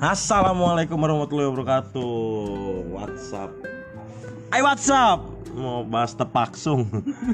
Assalamualaikum warahmatullahi wabarakatuh. WhatsApp. Mau bahas tepaksung.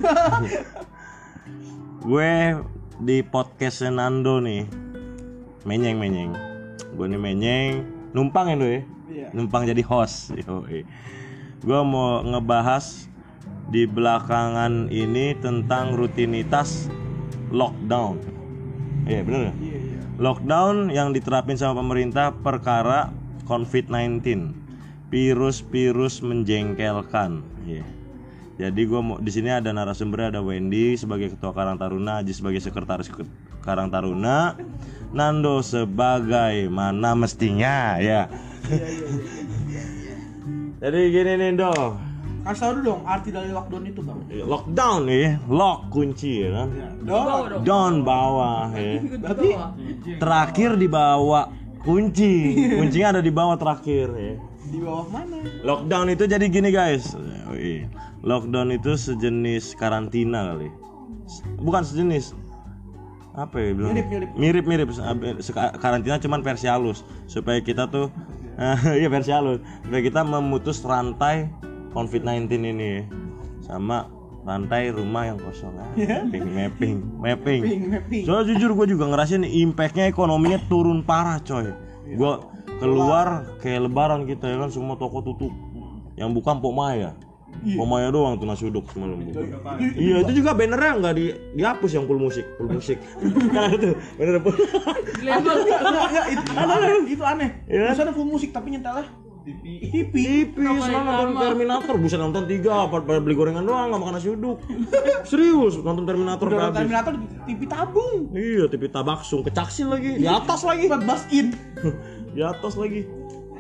Gue di podcast Nando nih. Menyeng. Gue nih menyeng. Numpang ya lo ya. Numpang jadi host. Gue mau ngebahas di belakangan ini tentang rutinitas lockdown. Iya bener ya? Lockdown yang diterapin sama pemerintah perkara COVID-19, virus menjengkelkan. Jadi gue mau di sini ada narasumber, ada Wendy sebagai ketua Karang Taruna, Aji sebagai sekretaris Karang Taruna, Nando sebagai mana mestinya ya. Jadi gini nih Do. Kasih tau dulu dong arti dari lockdown itu bang. Lockdown nih, lock kunci ya kan. Down bawah ya. Berarti Terakhir di bawah kunci. Kuncinya ada di bawah terakhir ya. di bawah mana? Lockdown itu jadi gini guys. Lockdown itu sejenis karantina kali. Bukan sejenis. Apa ya bilang? Mirip. Karantina cuman versi halus supaya kita tuh iya versi halus. Supaya kita memutus rantai COVID-19 ini sama rantai rumah yang kosong. Mapping. Soalnya jujur gue juga ngerasain impactnya ekonominya turun parah coy. Gue keluar kayak lebaran kita ya kan, semua toko tutup. Yang buka Pok Maya. Pok Maya doang tuh nasi uduk semalam. Iya itu juga bannernya nggak dihapus yang full musik. Karena itu bener full. Itu aneh. Misalnya full musik tapi nyetelnya TV sama nonton Terminator, buset nonton 3 apa beli gorengan doang nggak makan nasi uduk. Serius nonton Terminator udah habis. Terminator TV tabung. Iya TV tabaksung kecaksil lagi di atas lagi 14 in di atas lagi.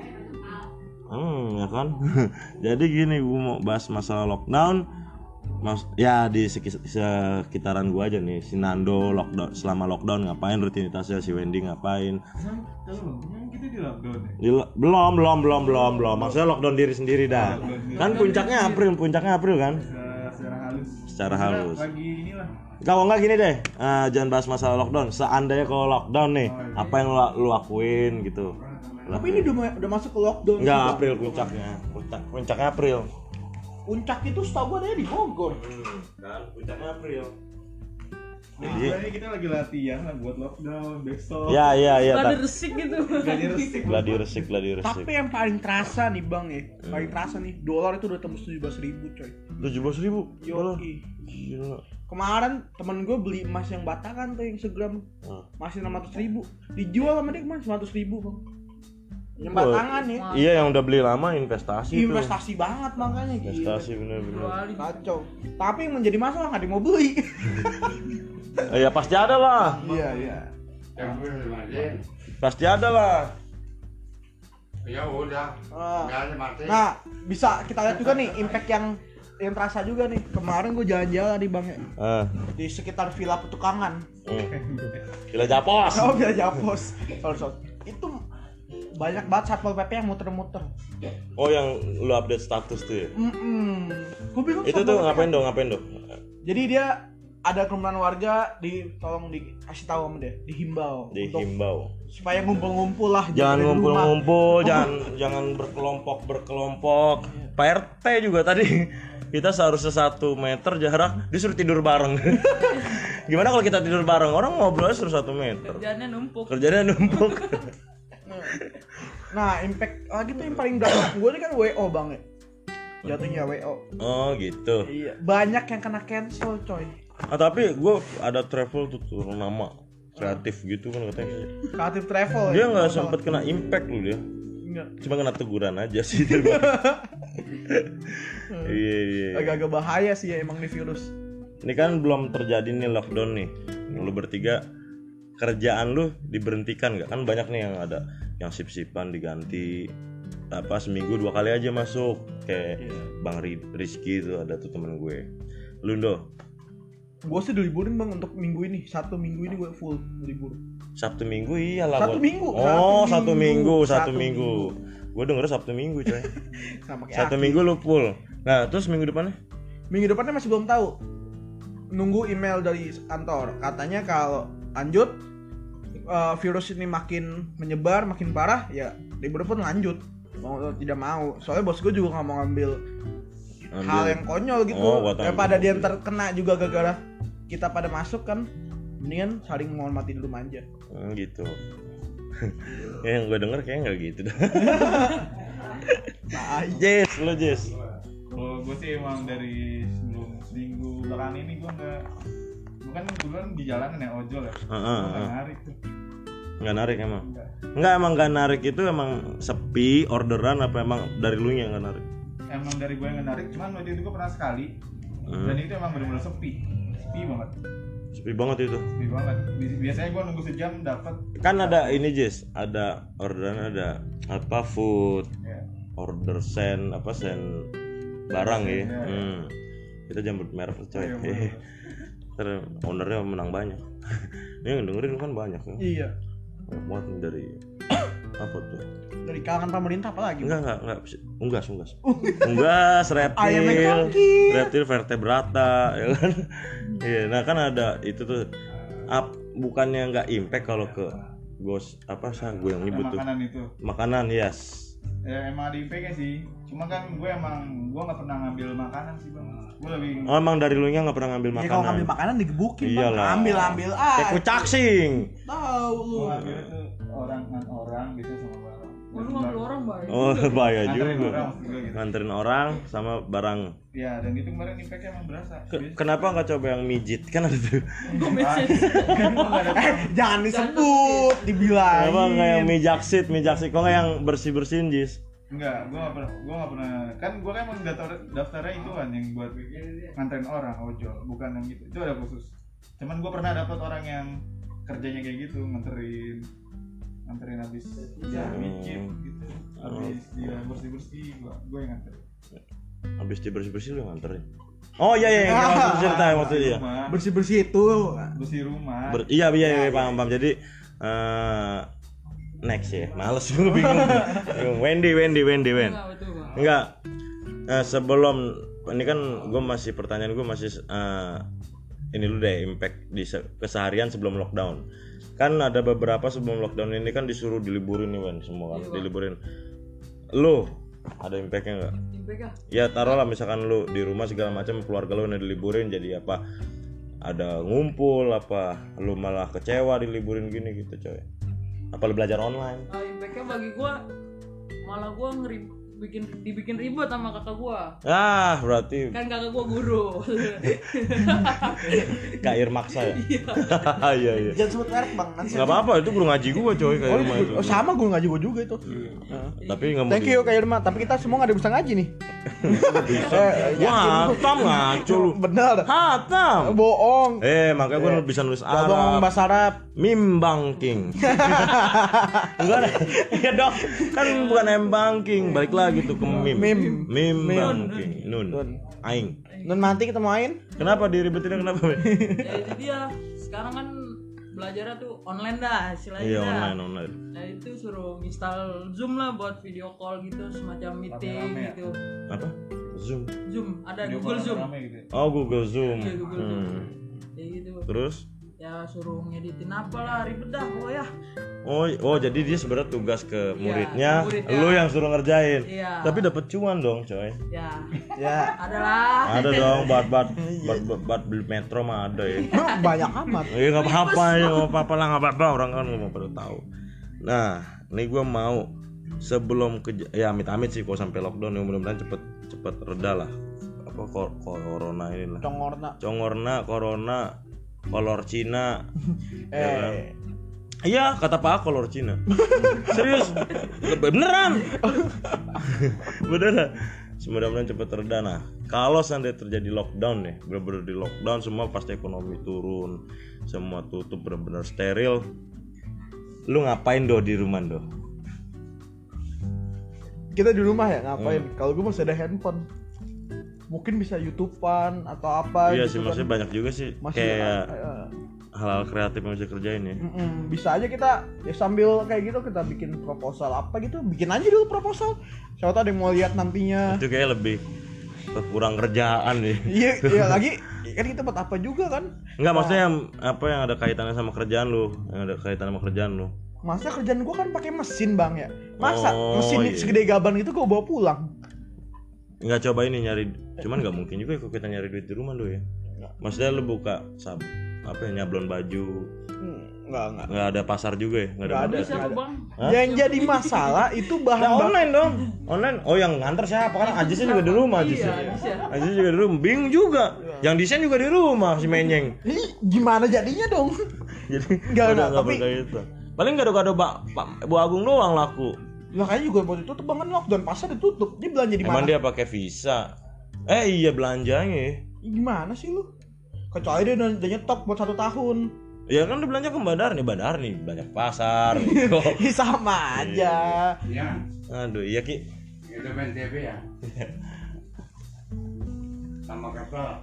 Ya kan. Jadi gini gue mau bahas masalah lockdown. Ya di sekitaran gua aja nih, si Nando lockdown, selama lockdown ngapain rutinitasnya, si Wendy ngapain. Kita di lockdown ya? Belum. Maksudnya lockdown diri sendiri dah. Kan puncaknya April kan? Secara halus. Lagi inilah. Kalau enggak gini deh, jangan bahas masalah lockdown. Seandainya kalau lockdown nih, apa yang lu lakuin gitu. Tapi ini udah masuk ke lockdown. Enggak, April puncaknya April. Puncak itu setahu gue ada di Bogor. Kan puncaknya April. Jadi kita lagi latihan lah buat lockdown besok. Ya. Gladi resik gitu. Gladi resik. Tapi yang paling terasa nih bang ya, paling terasa nih dolar itu udah tembus 17.000 coy. 17.000 dolar. Gila. Kemarin temen gue beli emas yang batangan tuh yang segram masih 600.000, dijual sama dia kemarin 900.000 bang. Yang batangan ya. Iya yang udah beli lama investasi tuh. Banget makanya investasi bener-bener kacau. Tapi yang menjadi masalah nggak ada yang mau beli. Ya pasti ada lah. Iya. Pasti ada lah. Ya udah. Nah bisa kita lihat juga nih impact yang terasa juga nih. Kemarin gue jalan-jalan di bang di sekitar Villa Petukangan. Villa Japos. Villa Japos. Itu banyak banget Satpol PP yang muter-muter. Oh yang lu update status tuh ya? Gue bingung itu tuh ngapain dong? Jadi dia ada kerumunan warga tolong dikasih tahu sama dia, dihimbau supaya ngumpul-ngumpul lah. Jangan ngumpul-ngumpul, jangan berkelompok. Pak RT juga tadi kita seharusnya 1 meter jarak, disuruh tidur bareng. Gimana kalau kita tidur bareng? Orang ngobrolnya suruh 1 meter. Kerjanya numpuk. Nah, impact lagi tuh yang paling gak gue ini kan WO bang ya. Jatuhnya WO. Oh gitu. Iya. Banyak yang kena cancel coy. Tapi gue ada travel tuh turun nama kreatif gitu kan katanya. Kreatif travel. Dia nggak sempet kena impact lu dia. Enggak. Cuma kena teguran aja sih. Iya. Agak-agak bahaya sih ya emang nih virus. Ini kan belum terjadi nih lockdown nih. Lu bertiga kerjaan lu diberhentikan nggak? Kan banyak nih yang ada yang sip-sipan diganti seminggu 2 kali aja masuk kayak Bang Rizky itu ada tuh temen gue. Lu Do? Gue sih diliburin bang untuk minggu ini. 1 minggu ini gue full libur. Sabtu Minggu iyalah. 1 minggu. Satu minggu. Gue denger Sabtu Minggu coy. Satu Minggu lu full. Nah terus minggu depannya? Minggu depannya masih belum tahu. Nunggu email dari kantor. Katanya kalau lanjut virus ini makin menyebar, makin parah, ya liburan pun lanjut. Mau tidak mau. Soalnya bos gue juga nggak mau ngambil hal yang konyol gitu. Daripada dia terkena juga gara-gara kita pada masuk kan, mendingan saling menghormati dulu aja. Gitu. Yang gue denger kayaknya nggak gitu dah. Jess, lo Jess. Kalau gue sih emang dari sebelum seminggu belakangan ini gue kan di jalanan ya ojol ya. Nggak narik tuh. Nggak narik emang. Emang nggak narik itu emang sepi orderan apa emang dari lu yang nggak narik? Emang dari gue yang nggak narik, cuman waktu itu gue pernah sekali. Dan itu emang benar-benar sepi banget. Sepi banget itu. Sepi banget. Biasanya gue nunggu sejam dapat. Kan ada ini Jess, ada orderan, ada apa food, order send barang ya. Kita jambut merek coy. Terus ownernya menang banyak. Ini yang dengerin kan banyak ya. Iya. Banyak dari apa tuh? Dari kalangan pemerintah apa lagi? Enggak. Unggas, reptil vertebrata, ya kan? Iya, nah kan ada itu tuh bukannya nggak impact kalau ke ghost gue yang nyebut tuh. Makanan itu. Makanan, yes. Ya emang ada impact-nya sih. Cuma kan gue nggak pernah ngambil makanan sih bang. Gue lebih. Oh emang dari lu nya nggak pernah ngambil makanan. Kalau ngambil makanan digebukin. Iyalah. Ambil kayak kucaksing. Tahu lu. Gue ngambil itu orang gitu sama barang. Lu ngambil orang bahaya. Oh bahaya juga. Gitu. Nganterin orang sama barang. Ya dan itu kemarin impact-nya emang berasa. Kenapa nggak coba yang mijit kan ada tuh? Jangan disebut, dibilang. Kenapa nggak yang mijaksit? Kok nggak yang bersihin Jis? Enggak, gue nggak pernah. Kan gue kan emang daftarnya itu kan yang buat nganterin orang ojol, bukan yang gitu. Itu ada khusus. Cuman gue pernah dapat orang yang kerjanya kayak gitu, nganterin habis mijit gitu, habis dia bersih gue yang nganterin. Habis dia bersih lu nganterin. Oh iya yang cerita waktu itu ya. Bersih itu. Bersih rumah. Iya paham. Jadi next ya, males gue bingung. Wendy. Enggak. Sebelum ini kan gue masih pertanyaan gue masih ini lu deh impact di keseharian sebelum lockdown. Kan ada beberapa sebelum lockdown ini kan disuruh diliburin nih Wen, semua kan diliburin. Lu ada impactnya nggak? Impact Ya taruhlah misalkan lu di rumah segala macam keluarga lu udah diliburin jadi apa? Ada ngumpul apa? Lu malah kecewa diliburin gini gitu coy. Apa lu belajar online? Impactnya bagi gua malah gua dibikin ribet sama kakak gua. Berarti kan kakak gua guru. Kair maksa ya? Iya. Jangan sebut merek bang. Nggak apa-apa, itu guru ngaji gua coy kayak rumah itu. Oh sama guru ngaji gua juga itu. Tapi nggak mau. Thank you kayak rumah. Tapi kita semua nggak ada bisa ngaji nih. Gua hatam ngaco lu. Bener. Hatam. Bohong. Makanya gua bisa nulis Arab. Gua ngomong bahasa Arab. Mimbanking. Enggak ada. Iya dong. Kan bukan M-banking. Balik lagi tuh ke Mimbanking. Nun. Aing. Nun mati ketemu Ain. Kenapa diribetinnya kenapa? Ya itu dia. Sekarang kan belajarnya tuh online dah istilahnya. Iya online. Nah itu suruh install Zoom lah buat video call gitu semacam meeting rame-rame gitu. Apa? Zoom. Ada Google Zoom. Gitu. Oh Google Zoom. Iya Google Zoom. Kayak gitu. Terus? Ya suruh ngeditin apalah ribet dah pokoknya. Oh jadi dia sebenarnya tugas ke muridnya, lu yang suruh ngerjain. Iya. Tapi dapat cuan dong, coy. Ya. Adalah. Ada dong, buat beli metro mah ada ya. Banyak amat. Iya enggak apa-apa lah, enggak apa-apa orang kan enggak mau pada tahu. Nah, ini gua mau sebelum ya amit-amit sih kalau sampai lockdown ya mudah-mudahan cepet reda lah. Apa corona ini lah. Congorna, corona, kolor Cina. Ya kan? Iya kata Pak kolor Cina. Serius beneran. Mudah-mudahan cepet reda. Nah kalau seandainya terjadi lockdown nih, bener-bener di lockdown semua pasti ekonomi turun, semua tutup bener-bener steril. Lu ngapain di rumah Kita di rumah ya ngapain? Kalau gue masih ada handphone, mungkin bisa YouTubean atau apa. Iya gitu sih maksudnya banyak juga sih masih kayak hal-hal kreatif yang bisa kerjain ya. Bisa aja kita ya sambil kayak gitu kita bikin proposal apa gitu, bikin aja dulu proposal. Siapa tahu ada yang mau lihat nantinya. Itu kayak lebih kurang kerjaan nih. Iya lagi kan kita buat apa juga kan? Enggak, maksudnya apa yang ada kaitannya sama kerjaan lu, Masa kerjaan gua kan pakai mesin bang ya, masa mesin segede gaban itu gua bawa pulang? Nggak coba ini nyari, cuman nggak mungkin juga kalau kita nyari duit di rumah lu ya. Maksudnya lu buka nyablon baju. Nggak ada pasar juga ya? Nggak ada. Bang. Yang jadi masalah itu bahan online dong. Online. Oh yang nganter siapa? Kan Ajisnya juga di rumah Ajis juga di rumah. Bingung juga. Yang desain juga di rumah si Menyeng. Ini gimana jadinya dong? Jadi nggak tapi gitu. Paling gado-gado Bu Agung doang laku. Makanya juga buat itu bang kan lockdown, pasar ditutup. Dia belanja di mana? Emang dia pakai visa? Iya belanjanya. Gimana sih lu? Kecuali dia udah nyetok buat 1 tahun. Ya kan udah belanja ke Badar nih belanja ke pasar. Sama aja. Iya. Aduh iya Ki. Itu main TV ya. Sama kapal.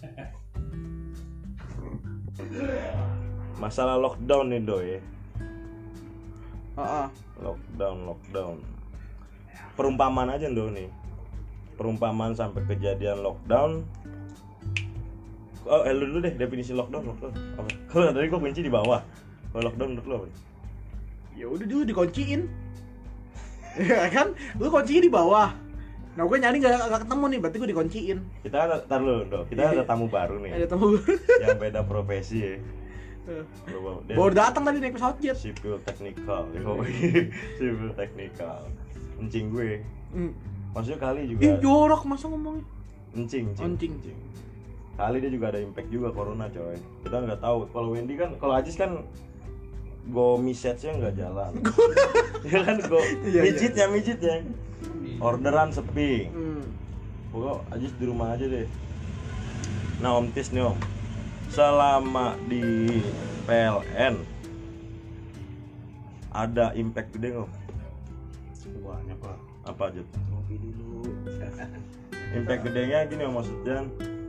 Masalah lockdown nih Doi. Lockdown. Perumpamaan aja Do nih. Perumpamaan sampai kejadian lockdown. Lu dulu deh definisi lockdown. Kalau tadi gua kunci di bawah. Kalau lockdown menurut lu apa? Ya udah dulu dikunciin. Ya kan, lu kuncinya di bawah. Nah, gue nyari enggak ketemu nih, berarti gue dikunciin. Kita ada tamu baru nih. Ada tamu baru. Yang beda profesi ya. Baru datang tadi naik pesawat jet. Sipil technical. Encing gue. Maksudnya kali juga. Jorok masa ngomongnya. Encing. Kali dia juga ada impact juga corona coy. Kita nggak tahu. Kalau Wendy kan, kalau Ajis kan go message-nya nggak jalan. Ya kan go mijitnya. Orderan sepi. Pokok Ajis di rumah aja deh. Nah Om Tis nih Om, selama di PLN ada impact gede nggak? Banyak lah. Apa aja? Ngopi dulu. Impact gedenya gini Om, maksudnya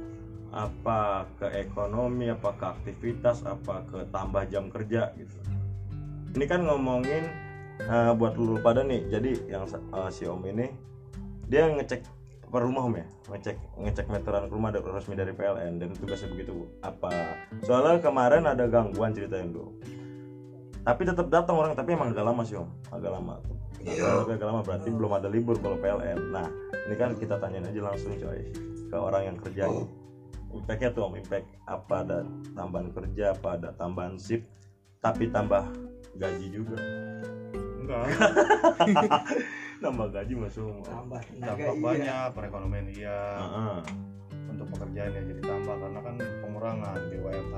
apa ke ekonomi, apa ke aktivitas, apa ke tambah jam kerja gitu. Ini kan ngomongin buat lu pada nih. Jadi yang si Om ini dia ngecek per rumah Om ya, ngecek meteran rumah resmi dari PLN dan tugasnya begitu apa. Soalnya kemarin ada gangguan ceritain dulu. Tapi tetap datang orang, tapi emang agak lama sih Om, agak lama tuh. Agak lama berarti belum ada libur kalau PLN. Nah ini kan kita tanyain aja langsung coy ke orang yang kerja. Impactnya tuh Om, impact apa, ada tambahan kerja, apa ada tambahan shift, tapi tambah gaji juga. Enggak. Nambah gaji masuk. Tambah banyak perekonomian iya. Untuk pekerjaan ya jadi tambah karena kan pengurangan di WFH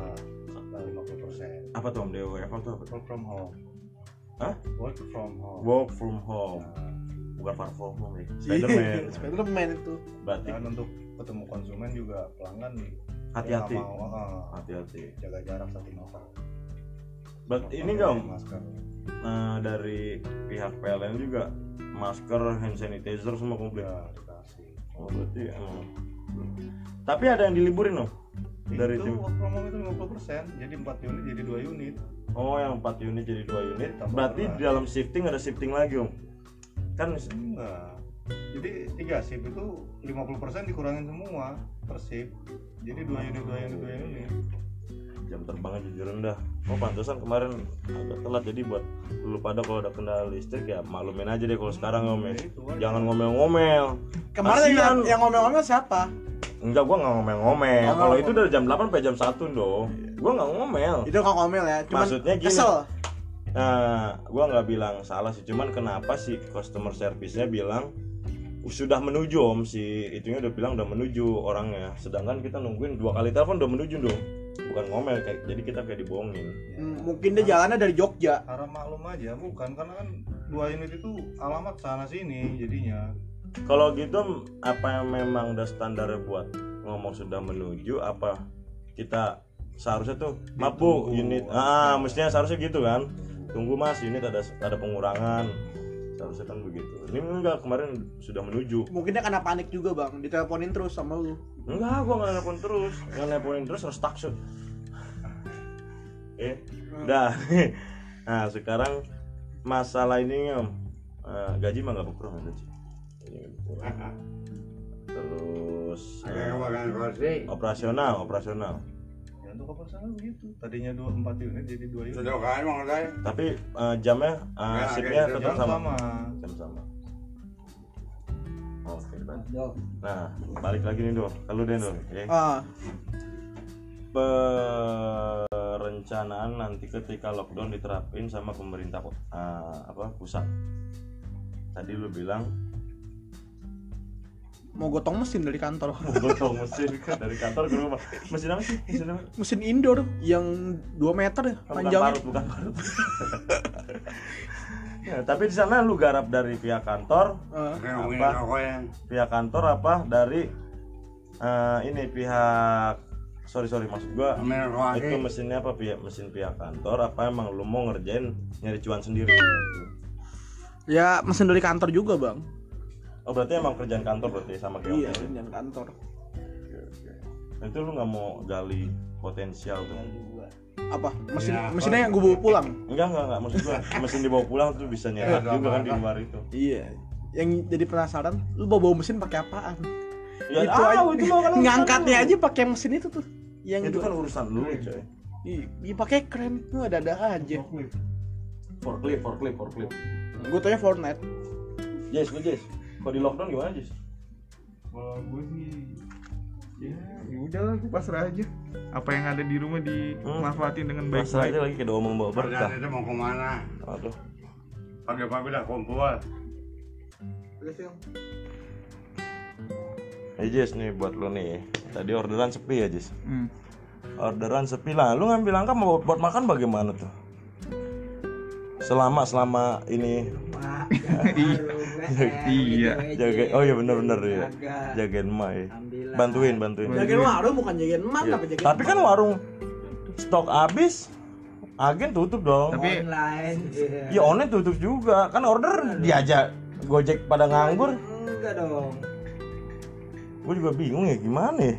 50%. Apa tuh Om WFH tuh apa? Work from home. Hah? Work from home. Bukan far from home ya. Spiderman itu. Berarti dan untuk ketemu konsumen juga pelanggan hati-hati. Hati-hati. Jaga jarak 1 meter. Berarti ini enggak Om? Masker. Dari pihak PLN juga masker, hand sanitizer semua komplit. Ya, dikasih. Oh, berarti emang. Tapi ada yang diliburin Om? Dari itu work from home itu 50%, jadi 4 unit jadi 2 unit. Oh, yang 4 unit jadi 2 unit. Berarti di dalam shifting ada shifting lagi Om? Kan enggak. Jadi 3 shift itu 50% dikurangin semua per shift. Jadi 2 unit. Jam terbangnya jujur rendah. Oh pantesan kemarin agak telat, jadi buat lu pada kalau ada kendala listrik ya maklumin aja deh kalau sekarang Om ya. Jangan ngomel-ngomel. Kemarin yang ngomel-ngomel siapa? Enggak, gua enggak ngomel-ngomel. Kalau itu dari jam 8 sampai jam 1 dong. Gua enggak ngomel. Itu enggak ngomel ya, cuman maksudnya gini. Kesel. Nah, gua enggak bilang salah sih, cuman kenapa sih customer service-nya bilang sudah menuju Om, si itunya udah bilang udah menuju orangnya. Sedangkan kita nungguin 2 kali telepon udah menuju dong. Bukan ngomel kayak, jadi kita kayak dibohongin. Mungkin dia jalannya dari Jogja. Karena maklum aja, bukan karena kan 2 unit itu alamat sana sini jadinya. Kalau gitu apa yang memang udah standarnya buat ngomong sudah menuju, apa kita seharusnya tuh maaf Bu unit mestinya seharusnya gitu kan, tunggu Mas unit ada pengurangan, seharusnya kan begitu. Ini enggak, kemarin sudah menuju. Mungkin dia karena panik juga Bang, diteleponin terus sama lu. Enggak, gua enggak nelpon terus, yang nelponin terus harus taksut. Dah. Nah sekarang masalah ini gaji mah nggak berkurang gaji. Terus terus operasional. Ya untuk operasional begitu. Tadinya 24 unit jadi 2 unit. Sudah kan Bang Rai. tapi jamnya shiftnya tetap Jam sama. sama. Jam sama. Oke, baik. Nah, balik lagi nih, Kalau deh, ya. Perencanaan nanti ketika lockdown diterapin sama pemerintah pusat. Tadi lu bilang mau gotong mesin dari kantor. gotong mesin dari kantor ke rumah. Mesin apa sih? Mesin indoor yang 2 meter ya panjangnya. Bukan parut. Ya, tapi di sana lu garap dari pihak kantor, pihak kantor apa dari ini pihak sorry maksud gua itu mesinnya apa mesin pihak kantor apa emang lu mau ngerjain nyari cuan sendiri? Ya mesin dari kantor juga bang. Oh berarti emang kerjaan kantor berarti sama kayak iya kerjaan kantor. Nah, itu lu nggak mau gali potensial tuh? Apa mesinnya yang gue bawa pulang? Enggak maksud gua mesin dibawa pulang tuh bisa nyetak juga kan di luar itu. Iya yang jadi penasaran lu bawa mesin pakai apaan? Ya, itu kan ngangkatnya aja pakai mesin itu tuh yang itu kan urusan lu coy. Iya pakai kren lu ada aja. Forklift. Gue tanya Fortnite. Jess. Kalau di lockdown gimana Jess? Kalau gue sih ya udahlah gue pasrah aja. Apa yang ada di rumah dimanfaatin dengan baik-baik. Pasrah aja lagi kayak doa membawa berkah. Itu mau kemana? Aduh. Pagi-pagi udah kumpul. Jess nih buat lu nih. Tadi orderan sepi ya Jess. Orderan sepi lah. Lu ngambil langkah mau buat makan bagaimana tuh? Selama ini iya. Jaga. Oh iya benar ya. Jagain emak ya. Bantuin. Jagain warung bukan jagain emak Iya. tapi jagain. Tapi kan warung stok habis, agen tutup dong. Tapi online. Ya online tutup juga. Kan order diajak Gojek pada nganggur. Enggak dong. Gue juga bingung ya gimana ya.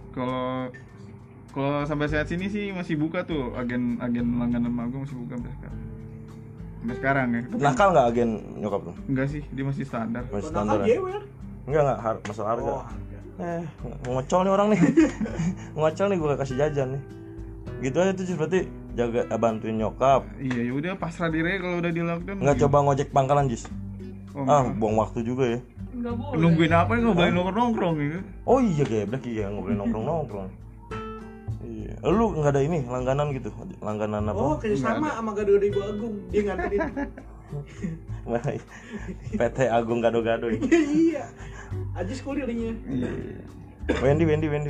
Kalau sampai saat sini sih masih buka tuh agen langganan emak gue masih buka sampai sekarang ya. Nakal nggak agen nyokap tuh? Enggak sih, dia masih standar. Masih standar. Enggak masalah harga. Ngocol nih orang nih. Ngocol nih gue kasih jajan nih. Gitu aja tuh berarti jaga bantuin nyokap. Iya, ya udah pasrah diri kalau udah di lockdown. Enggak coba ngojek pangkalan Jis. Buang waktu juga ya. Enggak boleh. Nungguin apa nih, nggak boleh nongkrong gitu. Oh iya geblek iya nggak boleh nongkrong. Iya. Lu nggak ada ini langganan gitu? Langganan apa? Oh kerja sama Gado-Gado Ibu Agung dia nganterin. PT Agung Gado-Gado. Iya. Ajis kulirnya. Iya. Wendy.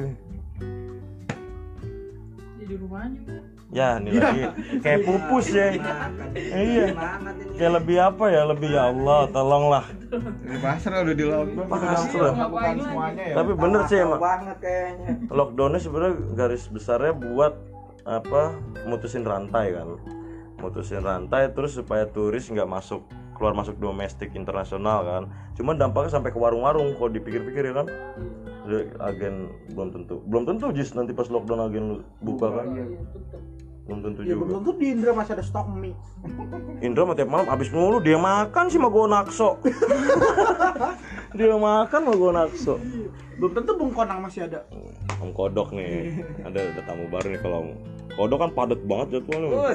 Di rumahnya. Ya ini lagi kayak pupus ya. Iya. Kayak lebih apa ya? Lebih ya Allah tolonglah. Pasrah udah di lockdown. Pasrah. Bukan semuanya ya. Tapi bener sih emang. Banget kayaknya. Lockdownnya sebenarnya garis besarnya buat apa? Mutusin rantai kan. Mutusin rantai terus supaya turis nggak keluar masuk domestik internasional kan. Cuman dampaknya sampai ke warung-warung kalau dipikir-pikir ya kan. Agen belum tentu Jis nanti pas lockdown agen lu buka kan. Belum tentu Ya juga. belum tentu di Indra masih ada stok mie. Indra mah tiap malam abis mulu dia makan sih mah gua nakso. Dia makan mah gua nakso. Belum tentu Bung Konang masih ada. Om Kodok nih. Ada tamu baru nih kalau Kodok kan padat banget jadwalnya.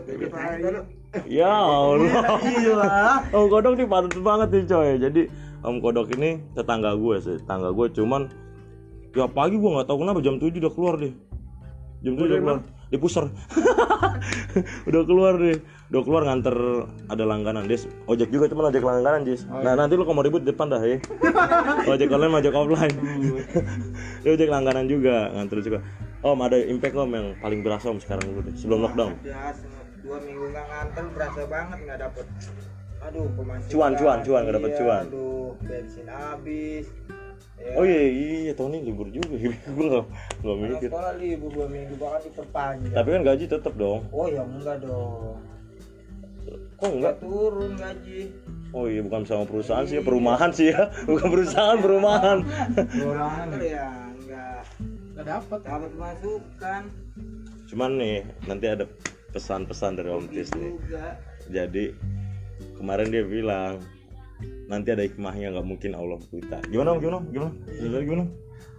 Ya Allah. Iya. Om Kodok nih padat banget nih coy. Jadi Om Kodok ini tetangga gue cuman tiap pagi gue nggak tahu kenapa jam 7 udah keluar deh. Jam 7 udah keluar di pusar. Udah keluar nganter ada langganan Des. Ojek juga cuman ojek langganan Jis. Nah nanti lu kalau mau ribut depan dah ya. Ojek online ojek offline. Dia ojek langganan juga nganter juga. Om ada impact Om yang paling berasa Om sekarang dulu deh sebelum lockdown. Ya 2 minggu nggak nganter berasa banget nggak dapet. Aduh Cuan nggak dapet cuan. Aduh bensin habis. Ya. Oh iya tahun ini libur juga. Gue nggak mikir. Sekolah libur 2 minggu bahkan diperpanjang. Tapi kan gaji tetap dong. Oh ya enggak dong. Kok enggak? Turun gaji. Oh iya bukan sama perusahaan sih, perumahan sih ya. Bukan perumahan. Kantor ya enggak dapat masukan. Cuman nih nanti ada pesan-pesan dari Om Tis nih. Jadi kemarin dia bilang nanti ada hikmahnya nggak mungkin Allah buta. Gimana?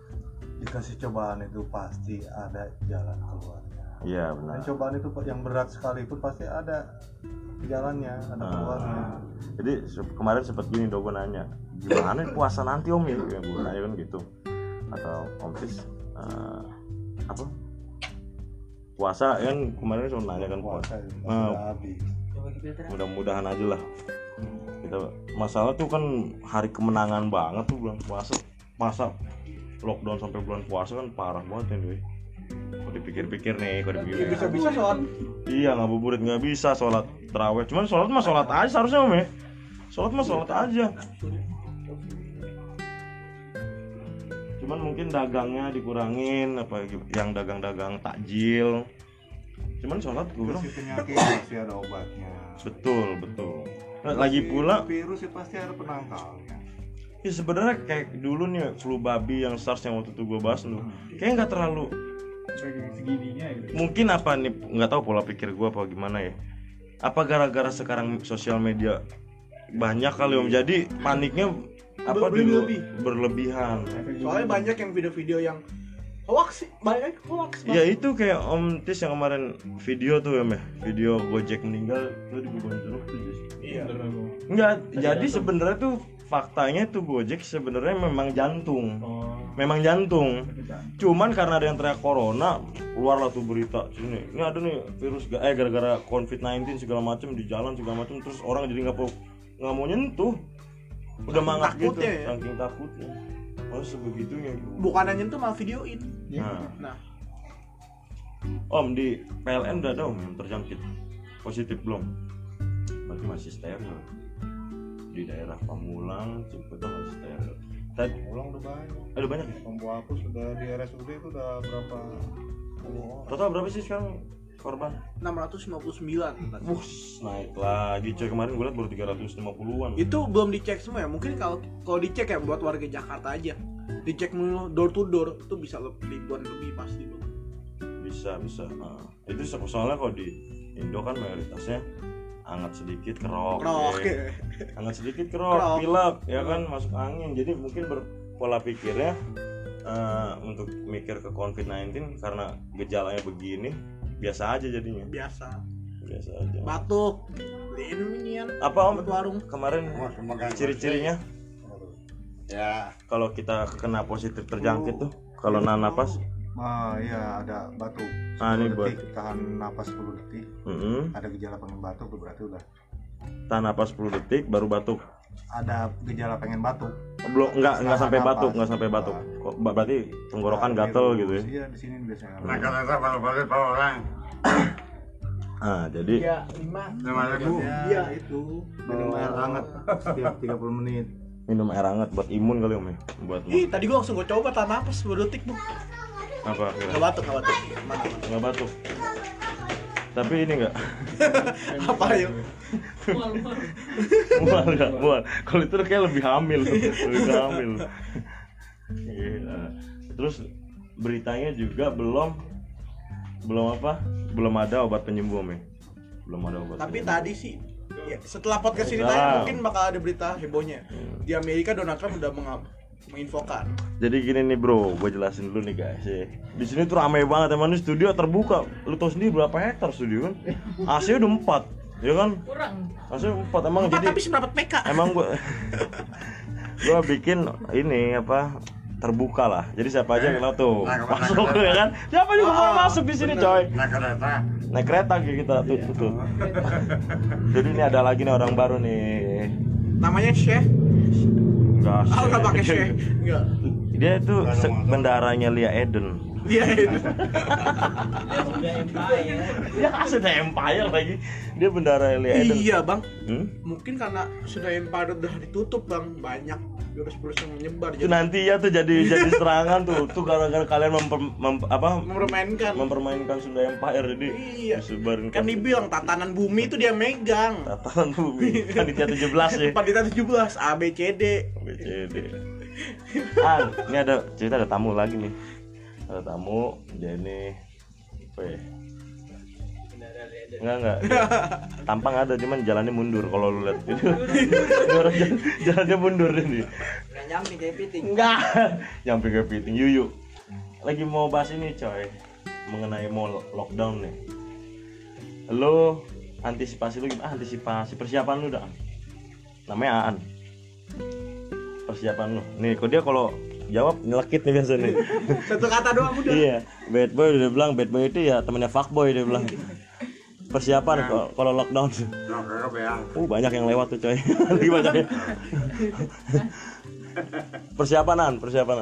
dikasih cobaan itu pasti ada jalan keluarnya. Iya benar. Dan cobaan itu yang berat sekalipun pasti ada jalannya, ada keluarnya. Jadi kemarin sempat gini dong gue nanya, gimana puasa nanti Om ya? Yang gue nanya kan gitu. Atau Om Tis apa? Puasa kan kemarin saya nanya kan Puasa habis. Mudah-mudahan aja lah. Kita masalah tuh kan hari kemenangan banget tuh bulan puasa. Masa lockdown sampai bulan puasa kan parah banget ya. Kalau dipikir-pikir nih, kalau dipikir Bisa sholat. iya ngabuburit nggak bisa, sholat tarawih. Cuman sholat mah sholat aja seharusnya Om ya. Sholat mah sholat aja. Cuman mungkin dagangnya dikurangin, apa yang dagang-dagang takjil. Cuman sholat gue bilang Penyakit pasti ada obatnya. betul. Lagi pula virus itu pasti ada penangkalnya. ya sebenarnya kayak dulu nih flu babi yang SARS yang waktu itu gue bahas tuh, kayak nggak terlalu segininya gitu. mungkin apa nih, nggak tahu pola pikir gue apa gimana ya, apa gara-gara sekarang sosial media banyak kali Om, jadi paniknya apa dulu berlebihan. Soalnya banyak yang video-video yang hoax sih, banyak hoax. Ya itu kayak Om Tis yang kemarin video tuh ya, video Gojek meninggal tuh di Kebun Jeruk tuh. Iya. Enggak, jadi sebenarnya tuh faktanya tuh Gojek sebenarnya memang jantung. Memang jantung. Cuman karena ada yang teriak corona, keluarlah tuh berita sini. Ini ada nih virus gara-gara COVID-19 segala macam di jalan segala macam, terus orang jadi nggak mau nyentuh. Udah mangap gitu, ya? saking takutnya. Oh sebegitunya. Bukan nyentuh malah videoin. Nah. Om di PLN udah ada Om yang terjangkit positif belum? Berarti masih steril. Di daerah Pamulang, Ciputat masih steril. Tadi Pamulang udah banyak. ada banyak ya? Pembuapus sudah di RSUD itu udah berapa puluh orang. Total berapa sih sekarang korban? 659. Naik lagi coy, kemarin gue liat baru 350-an. Itu belum dicek semua ya. Mungkin kalau dicek ya buat warga Jakarta aja. Dicek mulu door to door itu bisa ribuan lebih pasti Bang. Bisa. Nah, itu soalnya kalau di Indo kan mayoritasnya hangat sedikit kerok. Ya. Hangat sedikit kerok, pilek ya kan, masuk angin. Jadi mungkin berpola pikirnya untuk mikir ke COVID-19 karena gejalanya begini biasa aja jadinya. Biasa aja. Batuk. Beliin Apa Om? buat warung. Kemarin ciri-cirinya Ya, kalau kita kena positif terjangkit tuh, kalau nahan napas. Iya ada batuk. Ini 10 buat detik, tahan napas 10 detik. Ada gejala pengen batuk tuh berarti udah. Tahan napas 10 detik baru batuk. Ada gejala pengen batuk. Belum enggak sampai batuk, Kok berarti tenggorokan gatel gitu ya. Iya, di sini biasanya. rata-rata balik per orang. Jadi Ya 5. 5.000. Iya itu. Minum air hangat setiap 30 menit. minum air hangat buat imun kali Om ya. Buat Tadi gua langsung coba tahan napas 10 detik Bang. apa kira? Enggak batuk. Mana? Enggak batuk. Tapi ini enggak. Apa yuk? Mual. Kalau itu kayak lebih hamil. Iya. Terus beritanya juga belum ada obat penyembuh Om ya. Belum ada obat. Tapi penyembuh. tadi sih ya, setelah podcast ini tanya mungkin bakal ada berita hebohnya. Di Amerika Donald Trump udah menginfokan. Jadi gini nih bro, gue jelasin dulu nih guys ya. Di sini tuh ramai banget emang, ini studio terbuka. Lu tau sendiri berapa hektar studio kan? AC udah 4, ya kan? Kurang. AC 4 emang jadi. Tapi seberapa PK? Emang gue bikin ini apa? Terbuka lah. Jadi siapa aja yang kenal tuh masuk ya kan? Siapa juga mau masuk di sini coy? Naik kereta kayak kita tuh. Jadi ini ada lagi nih orang baru nih. Namanya Syekh. Enggak. Enggak pakai Syekh. Enggak. Dia itu bendaranya Lia Eden. Iya itu. Dia sudah Empire lagi. Dia bendara Lia Eden. Iya bang. Mungkin karena sudah Empire udah ditutup bang, banyak virus-virus yang menyebar. Itu nanti ya tuh jadi serangan tuh gara-gara kalian mempermainkan Sunda Empire jadi. Iya. Kan dibilang tatanan bumi itu dia megang. Tatanan bumi. Panitia 17 ya. Panitia 17 ABCD. Ini ada cerita, ada tamu lagi nih. Ada tamu, dia ini apa ya? Enggak. Tampang ada, cuman jalannya mundur kalau lu lihat. Jalannya mundur ini. Nyamping kayak piting. Enggak. Nyamping kayak piting. Yuyu. lagi mau bahas ini coy, mengenai mau lockdown nih. Lo antisipasi lu gimana? Antisipasi persiapan lu dah. Namanya Aan. Persiapan lu. Nih, kok dia kalau jawab nyelekit nih biasa nih. Satu kata doang udah. Iya, bad boy udah bilang bad boy itu ya temannya fuckboy dia bilang. Persiapan kalau lockdown. Banyak yang lewat tuh coy. Lagi banyak ya. Persiapanan.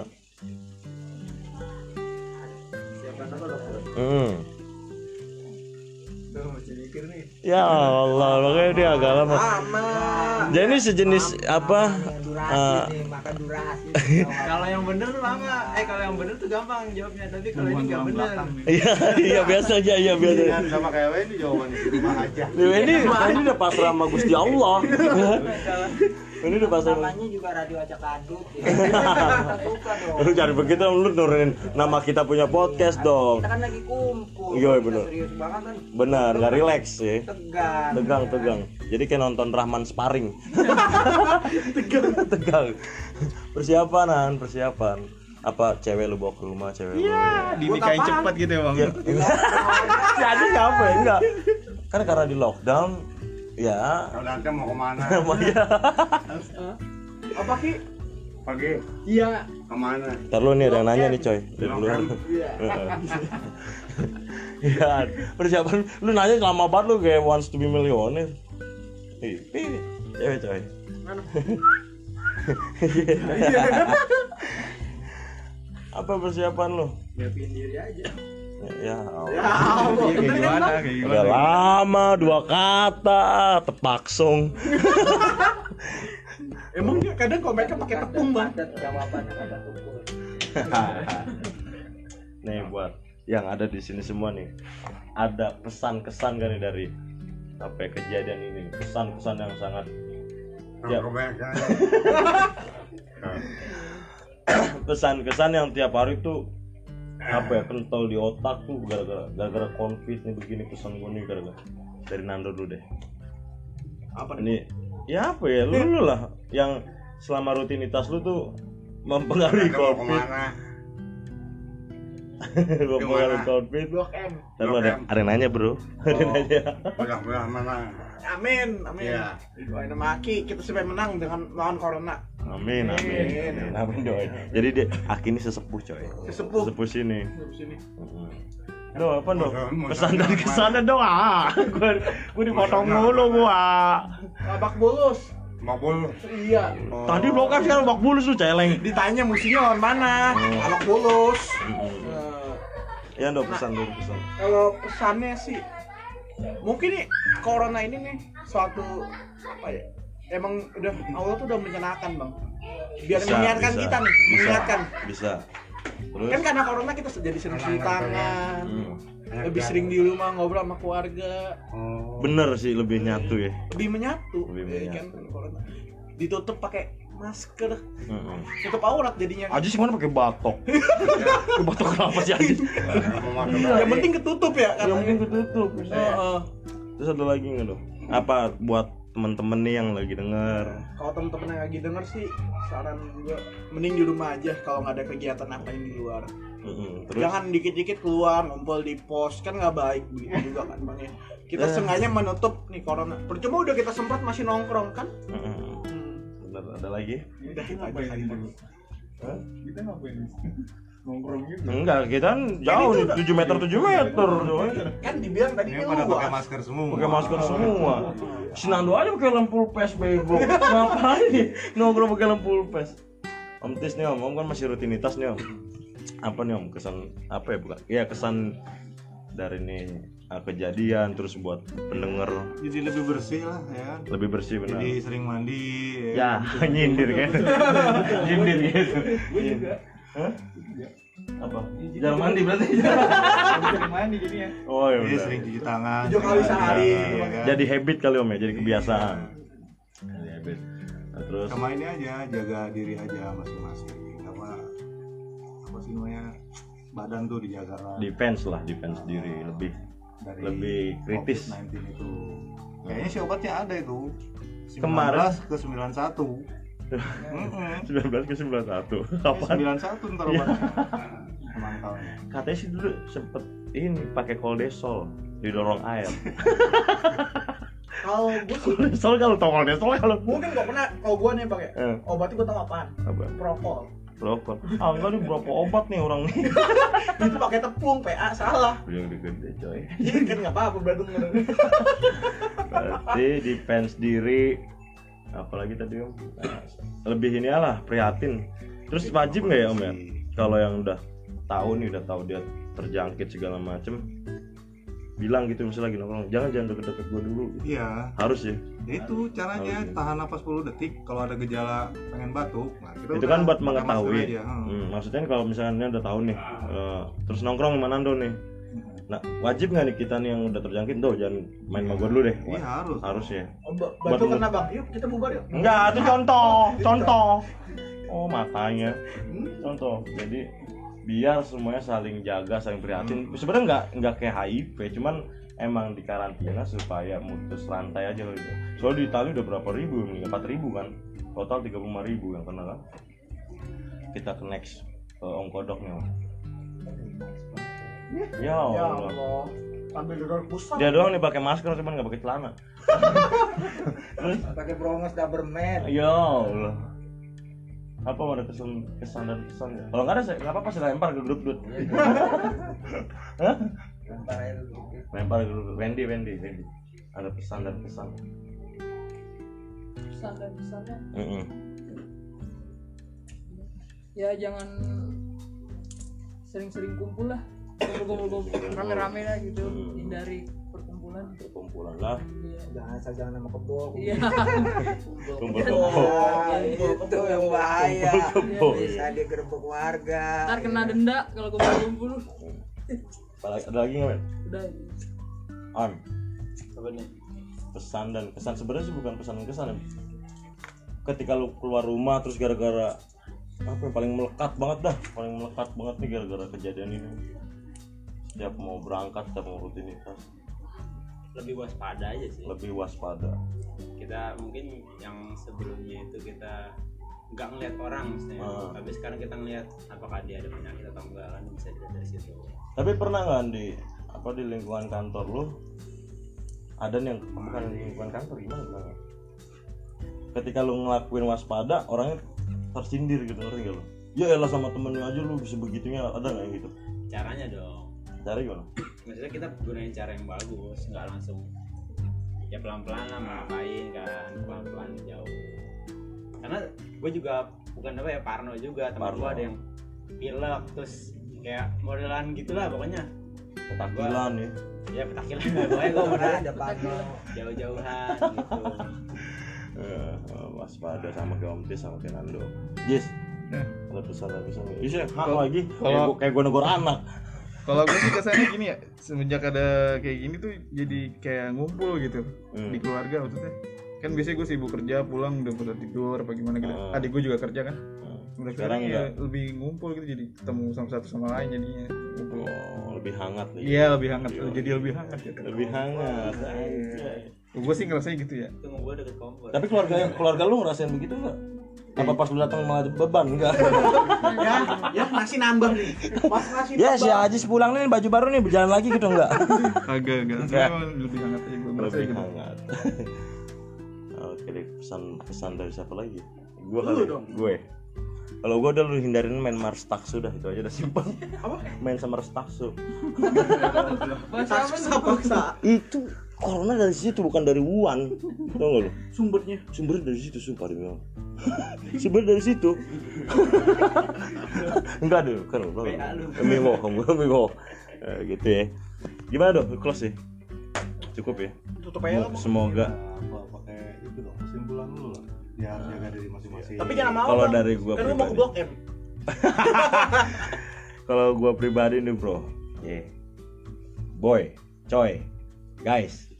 Ya Allah, makanya dia agak lama. Jadi ini sejenis apa? Makan durasi. Kalau yang bener tuh lama. Kalau yang bener tuh gampang jawabnya. Tapi kalau ini nggak bener. Iya biasa aja, iya biasa. Sama kayak Wendy jawabannya di rumah aja. Ini udah pasrah sama Gusti Allah. Ini udah pasrah. Namanya juga radio acak adut. Suka dong. Lu cari begitu lu nurunin nama kita punya podcast dong. Kita kan lagi kumpul. Iya benar. Serius banget kan. Benar, nggak relax ya. Tegang. Jadi kayak nonton Rahman sparring. Tegang. Persiapan. Apa cewek lu bawa ke rumah cewek lu? Iya, dinikahin cepat gitu ya, Bang. Jadi apa ya? Enggak. Kan karena di lockdown ya. Kalau nanti mau kemana? Apa Ki? Pagi Iya. kemana? Ntar lu nih ada yang nanya nih coy. Dari dulu. Iya. Persiapan lu nanya lama banget lu kayak wants to be millionaire. Cewek coy. Mana? Apa persiapan lu? Nyiapin diri aja. Ya Allah. Kayak gimana? Udah lama 2 kata tepaksong. Emang kadang komennya pakai tepung bang. Ada jawabannya ada tumpul. Nih buat yang ada di sini semua nih, ada pesan-kesan kan nih dari apa ya, kejadian ini, pesan-kesan yang sangat ya, pesan-kesan yang tiap hari tuh apa ya, kental di otak tuh gara-gara covid nih begini. Pesan gue nih gara-gara dari Nando dulu deh. Apa ini ya apa ya, lu lah yang selama rutinitas lu tuh mempengaruhi covid. Mempengaruhi covid. Blok M. Tapi ada yang nanya bro. Ada yang nanya. Belah mana? Amin. Iya. Doain sama Aki kita supaya menang dengan lawan corona. Amin doain. Jadi dia Aki ini sesepuh coy. Sesepuh sini. Doa apa dong? Pesan dan kesannya doa. Gua dipotong mulu gua. Babak bulus. Mabul. Iya. Tadi blok F sekarang babak bulus tuh celeng. Ditanya musuhnya lawan mana? Babak bulus. Ya dong pesan. Kalau pesannya sih mungkin nih corona ini nih suatu apa ya? Emang udah Allah tuh udah menyenangkan bang. Biar mengingatkan kita nih, mengingatkan. Bisa. Terus? Kan karena corona kita jadi sering cuci tangan, lebih sering di rumah ngobrol sama keluarga. Bener sih, lebih nyatu ya. Lebih menyatu. Kan corona. Ditutup pakai masker, tutup aurat jadinya. Aji sih mana pakai batok. Batok kenapa sih Aji? Yang penting ketutup ya. Yang penting ketutup. Terus ada lagi nggak dong? Apa buat teman-teman nih yang lagi denger? Kalau teman-teman yang lagi denger sih, saran gue mending di rumah aja kalau nggak ada kegiatan apa yang di luar. Terus? Jangan dikit-dikit keluar ngumpul di pos, kan nggak baik begitu juga kan bang ya. Kita sengaja menutup nih corona. Percuma udah kita semprot masih nongkrong kan? Bener, ada lagi? Udah kita aja dulu. Kita ngapain? Nongkrong gitu. Enggak, kita kan jauh nih, 7 meter. Kan dibilang tadi Ini pada pakai masker semua. Pakai masker semua. Si Nando aja pakai lampu pes bego. Ngapain nih nongkrong pakai lampu pes? Om Tis nih om kan masih rutinitas nih om. Apa nih om, kesan apa ya bukan? Ya kesan dari nih kejadian terus buat pendengar. Jadi lebih bersih lah ya. Lebih bersih benar. Jadi sering mandi. Ya nyindir kan. Nyindir gitu. Gue juga. Hah? Apa? Jarang mandi berarti. Sering mandi jadinya. Oh iya. Jadi sering cuci tangan. 7 kali sehari. Ya, kan? Jadi habit kali om ya, jadi kebiasaan. Jadi habit. Nah, terus sama ini aja, jaga diri aja masing-masing. Apa sih namanya? Badan tuh dijaga lah. defense diri Dari lebih kritis. COVID-19 itu. Kayaknya sih obatnya ada itu. 19 Kemarin ke 91. 19 ke 91. Kapan? 91 ntar obatnya. Mantapnya. Katanya sih dulu sempet ini pakai koldesol didorong air. Kalau gue sih Koldesol kalau tau koldesol kalau mungkin gak pernah. Kalau gue nih pakai obatnya gue tau apaan? apa? Prokol. Rokok. Ah enggak nih berapa obat nih orang nih. Itu pakai tepung, PA salah. Yang gede coy. Jadi kan nggak apa-apa berarti. Berarti defense diri. Apalagi tadi Om. Nah, lebih ini lah prihatin. Terus wajib nggak ya Om ya? Kalau yang udah tahu dia terjangkit segala macem, bilang gitu misalnya lagi nongkrong, jangan deket-deket gue dulu. Iya. Harus ya. Itu caranya tahan napas 10 detik. Kalau ada gejala pengen batuk, nah kita Itu udah kan buat pakai mengetahui. masker aja. Maksudnya kalau misalnya udah tahu nih, terus nongkrong sama Nando nih. Nah, wajib nggak nih kita nih yang udah terjangkit, jangan main sama gue dulu deh. Iya harus. Harus ya. Batu kena bang, yuk kita bubar yuk. Enggak, itu contoh. Oh, makanya. Contoh. Jadi biar semuanya saling jaga, saling prihatin. Sebenarnya nggak kayak HIV, cuman emang di karantina supaya mutus rantai aja gitu. Soalnya di Itali udah berapa ribu, 4.000 kan. Total 35.000 yang kena kan. Kita ke next ke Om Kodok nih Om. Ya Allah. Sambil duduk pusat. Dia doang nih pakai masker cuman nggak pakai celana. Pakai brongos Doberman. Ya Allah. Apa ada kesan dan kesan ya? Kalau nggak ada nggak apa-apa sih lempar ke grup dud. Hah? Lempar ke grup. Wendy. Ada pesan dan kesan. Pesan dan kesannya ya jangan sering-sering kumpul lah, kumpul rame-rame lah gitu, hindari perkumpulan lah. Jangan nama kebo. Iya. Kumpul Itu yang bahaya. kebo. Bisa digerebek warga. Ntar kena denda kalau kumpul-kumpul. Ada lagi nggak men? Udah. On. Pesan dan kesan sebenarnya sih bukan pesan dan kesan ya. Ketika lu keluar rumah terus gara-gara apa yang paling melekat banget nih gara-gara kejadian ini. Setiap mau berangkat, setiap mau rutinitas. Lebih waspada aja sih. Lebih waspada. Kita mungkin yang sebelumnya itu kita nggak ngeliat orang misalnya. Tapi sekarang kita ngeliat apakah dia ada penyakit atau enggak, kan bisa dilihat dari situ. Tapi pernah nggak di lingkungan kantor lu ada nih yang bukan lingkungan kantor gimana? Ketika lu ngelakuin waspada, orangnya tersindir gitu, ngerti gak lu? Ya elah sama temennya aja lu bisa begitunya, ada nggak yang gitu? Caranya dong. Cara gimana? Maksudnya kita gunain cara yang bagus, nggak langsung ya pelan-pelan lah ngapain kan, pelan-pelan jauh. Karena gue juga bukan apa ya parno juga, temen gue ada yang pilek terus kayak modelan gitulah pokoknya. Petakilan ya? Ya petakilan, pokoknya gue model Ada parno. jauh-jauhan gitu. Waspada sama kayak Om Tis sama kayak Nando. Yes. Ada pesan. Iya, lagi. Kayak gue negor anak. Kalau gue sih kesannya gini ya, semenjak ada kayak gini tuh jadi kayak ngumpul gitu di keluarga maksudnya. Kan biasanya gue sibuk kerja, pulang udah pada tidur apa gimana gitu. Adik gue juga kerja kan. Sekarang ya lebih ngumpul gitu, jadi ketemu sama satu sama lain jadinya. Ngumpul. Oh, lebih hangat nih. Iya, lebih hangat. Jadi lebih hangat gitu. Lebih hangat. Gue sih ngerasanya gitu ya. Itu mau gue deket kompor. Tapi keluarga lu ngerasain begitu enggak? Apa pas lu datang malah beban enggak? Ya masih nambah nih. Masih Ya si Ajis pulang nih baju baru nih berjalan lagi gitu enggak? Agak. Memang lebih hangat aja gue ngerasa Lebih gitu. hangat. Oke deh, pesan dari siapa lagi? Gue kali. Gue. Kalau gue udah lu hindarin main Mars Taksu dah, itu aja udah simpel. Apa? Main sama Mars Taksu. Bahasa apa nih? Itu corona dari situ bukan dari Wuhan. Tahu enggak lu? Sumbernya dari situ sumpah demi Allah. Sumber dari situ. Enggak deh, kan lu. Mimo. Gitu ya. Gimana dong? Close ya? Cukup ya? tutup aja lah. Semoga Pakai itu dong, kesimpulan dulu lah. Ya jaga diri masing-masing. Tapi jangan mau. kalau Bang. dari gua Kan lu mau ke pribadi. Blok M. Kalau gua pribadi nih, Bro. Boy, coy, guys.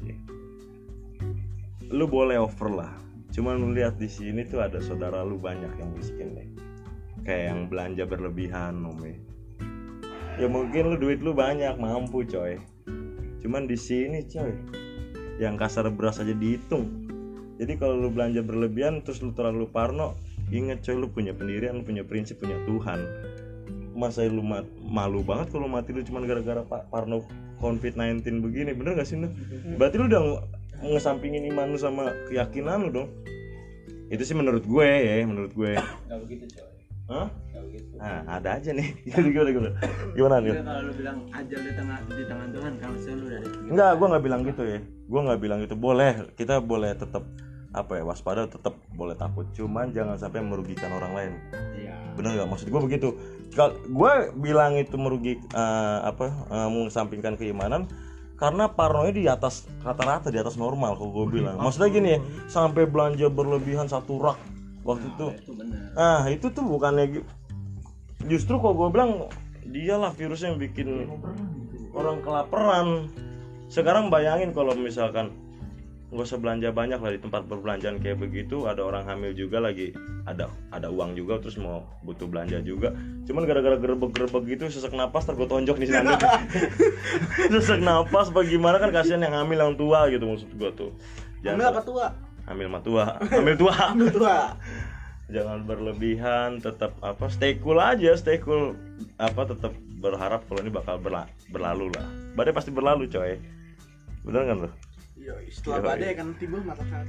Lu boleh over lah. Cuman lu lihat di sini tuh ada saudara lu banyak yang miskin deh. Kayak yang belanja berlebihan, ya mungkin lu duit lu banyak, mampu coy. Cuman di sini coy, yang kasar beras aja dihitung. Jadi kalau lu belanja berlebihan terus lu terlalu parno, inget coy, lu punya pendirian, lu punya prinsip, punya Tuhan. masain lu malu banget kalau mati lu cuma gara-gara parno COVID-19 begini, bener gak sih lu? Berarti lu udah ngesampingin iman lu sama keyakinan lu dong. Itu sih menurut gue ya, menurut gue. Gak begitu coy. Hah? Gak begitu. Nah, ada aja nih. Gimana nih? Kalau lu bilang ajal di tangan Tuhan, kalau lu udah ada. Enggak, gue nggak bilang gitu ya. Gue nggak bilang gitu. Boleh, kita boleh tetap waspada, tetap boleh takut. Cuman jangan sampai merugikan orang lain. Iya. Bener nggak? Maksud gue begitu. Kalau gue bilang itu mengesampingkan keimanan, karena parnonya di atas rata-rata, di atas normal kalau gue bilang. Maksudnya gini ya, sampai belanja berlebihan 1 rak waktu itu. Itu benar. Nah itu tuh bukannya, justru kalau gue bilang dialah virusnya yang bikin orang kelaparan. Sekarang bayangin kalau misalkan nggak usah belanja banyak lah di tempat perbelanjaan kayak begitu, ada orang hamil juga lagi, ada uang juga, terus mau butuh belanja juga, cuman gara-gara gerebek gitu sesak napas terus gue tonjok di sana. Sesak napas bagaimana, kan kasihan yang hamil, yang tua gitu maksud gue tuh. Hamil apa tua? Hamil mah tua. Hamil tua. Hamil tua. Jangan berlebihan, tetap stay cool aja, tetap berharap kalau ini bakal berlalu lah. Badai pasti berlalu coy. Bener kan lo? Iya, setelah badai kan timbul matahari.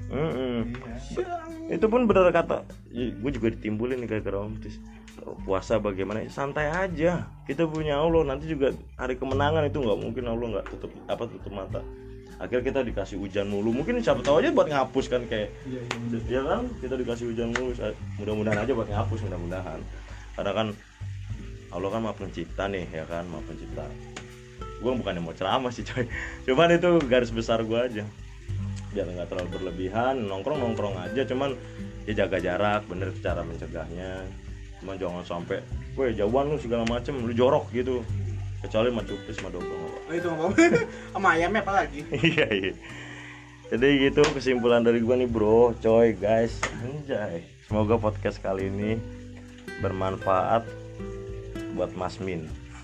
Itu pun benar kata, gue juga ditimbulin nih gara-gara Om Tis. Puasa bagaimana? Santai aja. Kita punya Allah, nanti juga hari kemenangan itu nggak mungkin Allah nggak tutup mata. Akhirnya kita dikasih hujan mulu, mungkin siapa tahu aja buat ngapus kan kayak, ya kan kita dikasih hujan mulu, mudah-mudahan aja buat ngapus, mudah-mudahan. Karena kan Allah kan Maha Pencipta nih, ya kan, Maha Pencipta. Gue bukannya mau ceramah sih coy, cuman itu garis besar gue aja, jangan nggak terlalu berlebihan, nongkrong aja, cuman ya jaga jarak, bener cara mencegahnya. Cuman jangan sampai, gue jauhan lu segala macem, lu jorok gitu, kecuali sama cupis sama dogong. Oh itu nggak apa-apa, sama ayamnya apa lagi? Iya. Jadi gitu kesimpulan dari gue nih bro, coy guys, anjay. Semoga podcast kali ini bermanfaat buat Mas Min.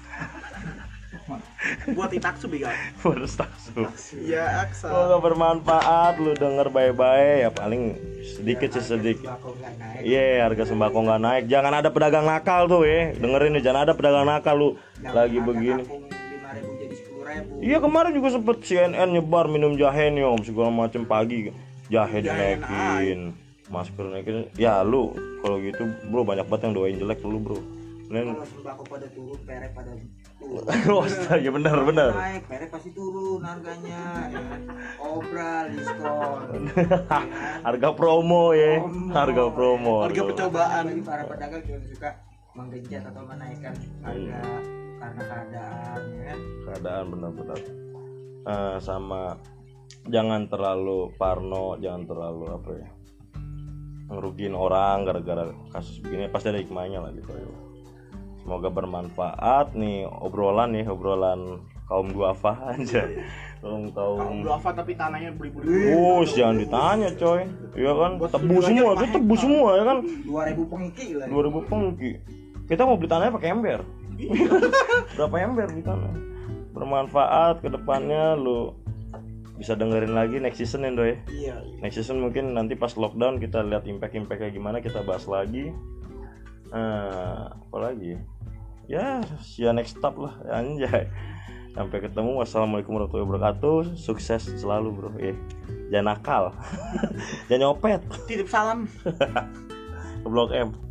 Buat Itaksu bigal. Buat Itaksu. Iya Aksa. Semoga bermanfaat, lu denger baik-baik ya, paling sedikit sih sedikit. Iya, harga sembako nggak naik. Jangan ada pedagang nakal tuh ya, dengerin nih, jangan ada pedagang nakal lu lagi begini. 5.000 jadi 10.000. Iya kemarin juga sempet CNN nyebar minum jahe nih om, segala macam pagi jahe dinaikin, masker naikin. Ya lu kalau gitu bro, banyak banget yang doain jelek lu bro. Kalau sembako pada turun, perek pada turun. Oh ya benar. Naik, perek pasti turun harganya. Ya. Obral, diskon. Ya. Harga promo ya. Harga promo. Harga percobaan. Bagi para pedagang juga suka menggenjot atau menaikkan harga karena keadaan, ya kan? Keadaan benar-benar. Sama jangan terlalu parno, jangan terlalu ngerugiin orang gara-gara kasus begini, pasti ada hikmahnya lah gitu ya. Semoga bermanfaat nih obrolan kaum duafa aja. Kaum duafa tapi tanahnya beli-beli. Jangan ditanya coy. Iya kan? Tebu semua ya kan? 2.000 pengki lah. 2.000 pengki. Kita mau beli tanahnya pakai ember. Berapa ember di tanah? Bermanfaat ke depannya, lu bisa dengerin lagi next season ya Doy. Iya. Next season mungkin nanti pas lockdown kita lihat impact-impactnya gimana, kita bahas lagi. Apa lagi? Ya, see you next stop lah, anjay. Sampai ketemu. Wassalamualaikum warahmatullahi wabarakatuh. Sukses selalu bro. Jangan nakal. Jangan nyopet. Titip salam ke Blok M.